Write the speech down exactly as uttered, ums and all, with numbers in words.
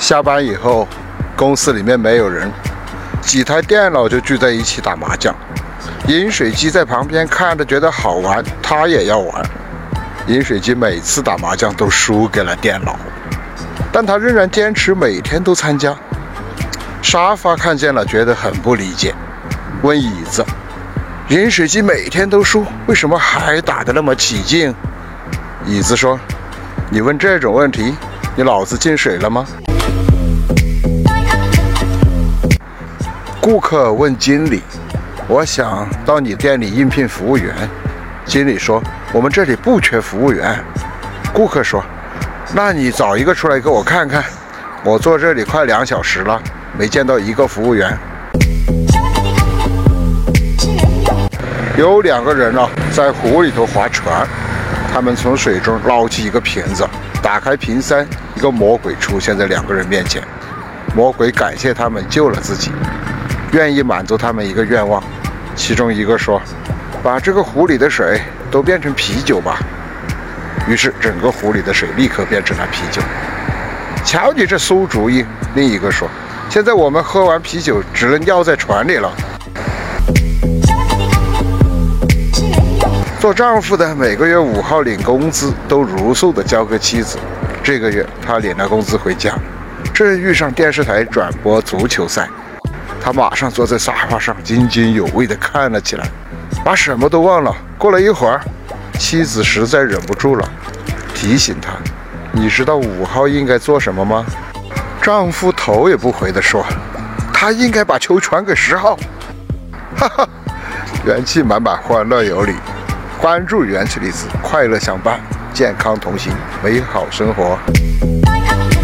下班以后，公司里面没有人，几台电脑就聚在一起打麻将。饮水机在旁边看着觉得好玩，他也要玩。饮水机每次打麻将都输给了电脑，但他仍然坚持每天都参加。沙发看见了觉得很不理解，问椅子：饮水机每天都输，为什么还打得那么起劲？椅子说：你问这种问题，你脑子进水了吗？顾客问经理：我想到你店里应聘服务员。经理说：我们这里不缺服务员。顾客说：那你找一个出来给我看看，我坐这里快两小时了，没见到一个服务员。有两个人啊，在湖里头划船，他们从水中捞起一个瓶子，打开瓶塞，一个魔鬼出现在两个人面前。魔鬼感谢他们救了自己，愿意满足他们一个愿望。其中一个说：把这个湖里的水都变成啤酒吧。于是整个湖里的水立刻变成了啤酒。瞧你这馊主意，另一个说：现在我们喝完啤酒只能尿在船里了。做丈夫的每个月五号领工资，都如数的交给妻子。这个月他领了工资回家，正遇上电视台转播足球赛，他马上坐在沙发上津津有味地看了起来，把什么都忘了。过了一会儿，妻子实在忍不住了，提醒他：你知道五号应该做什么吗？丈夫头也不回地说：他应该把球传给十号。哈哈，元气满满，欢乐有礼。关注元气粒子，快乐相伴，健康同行，美好生活。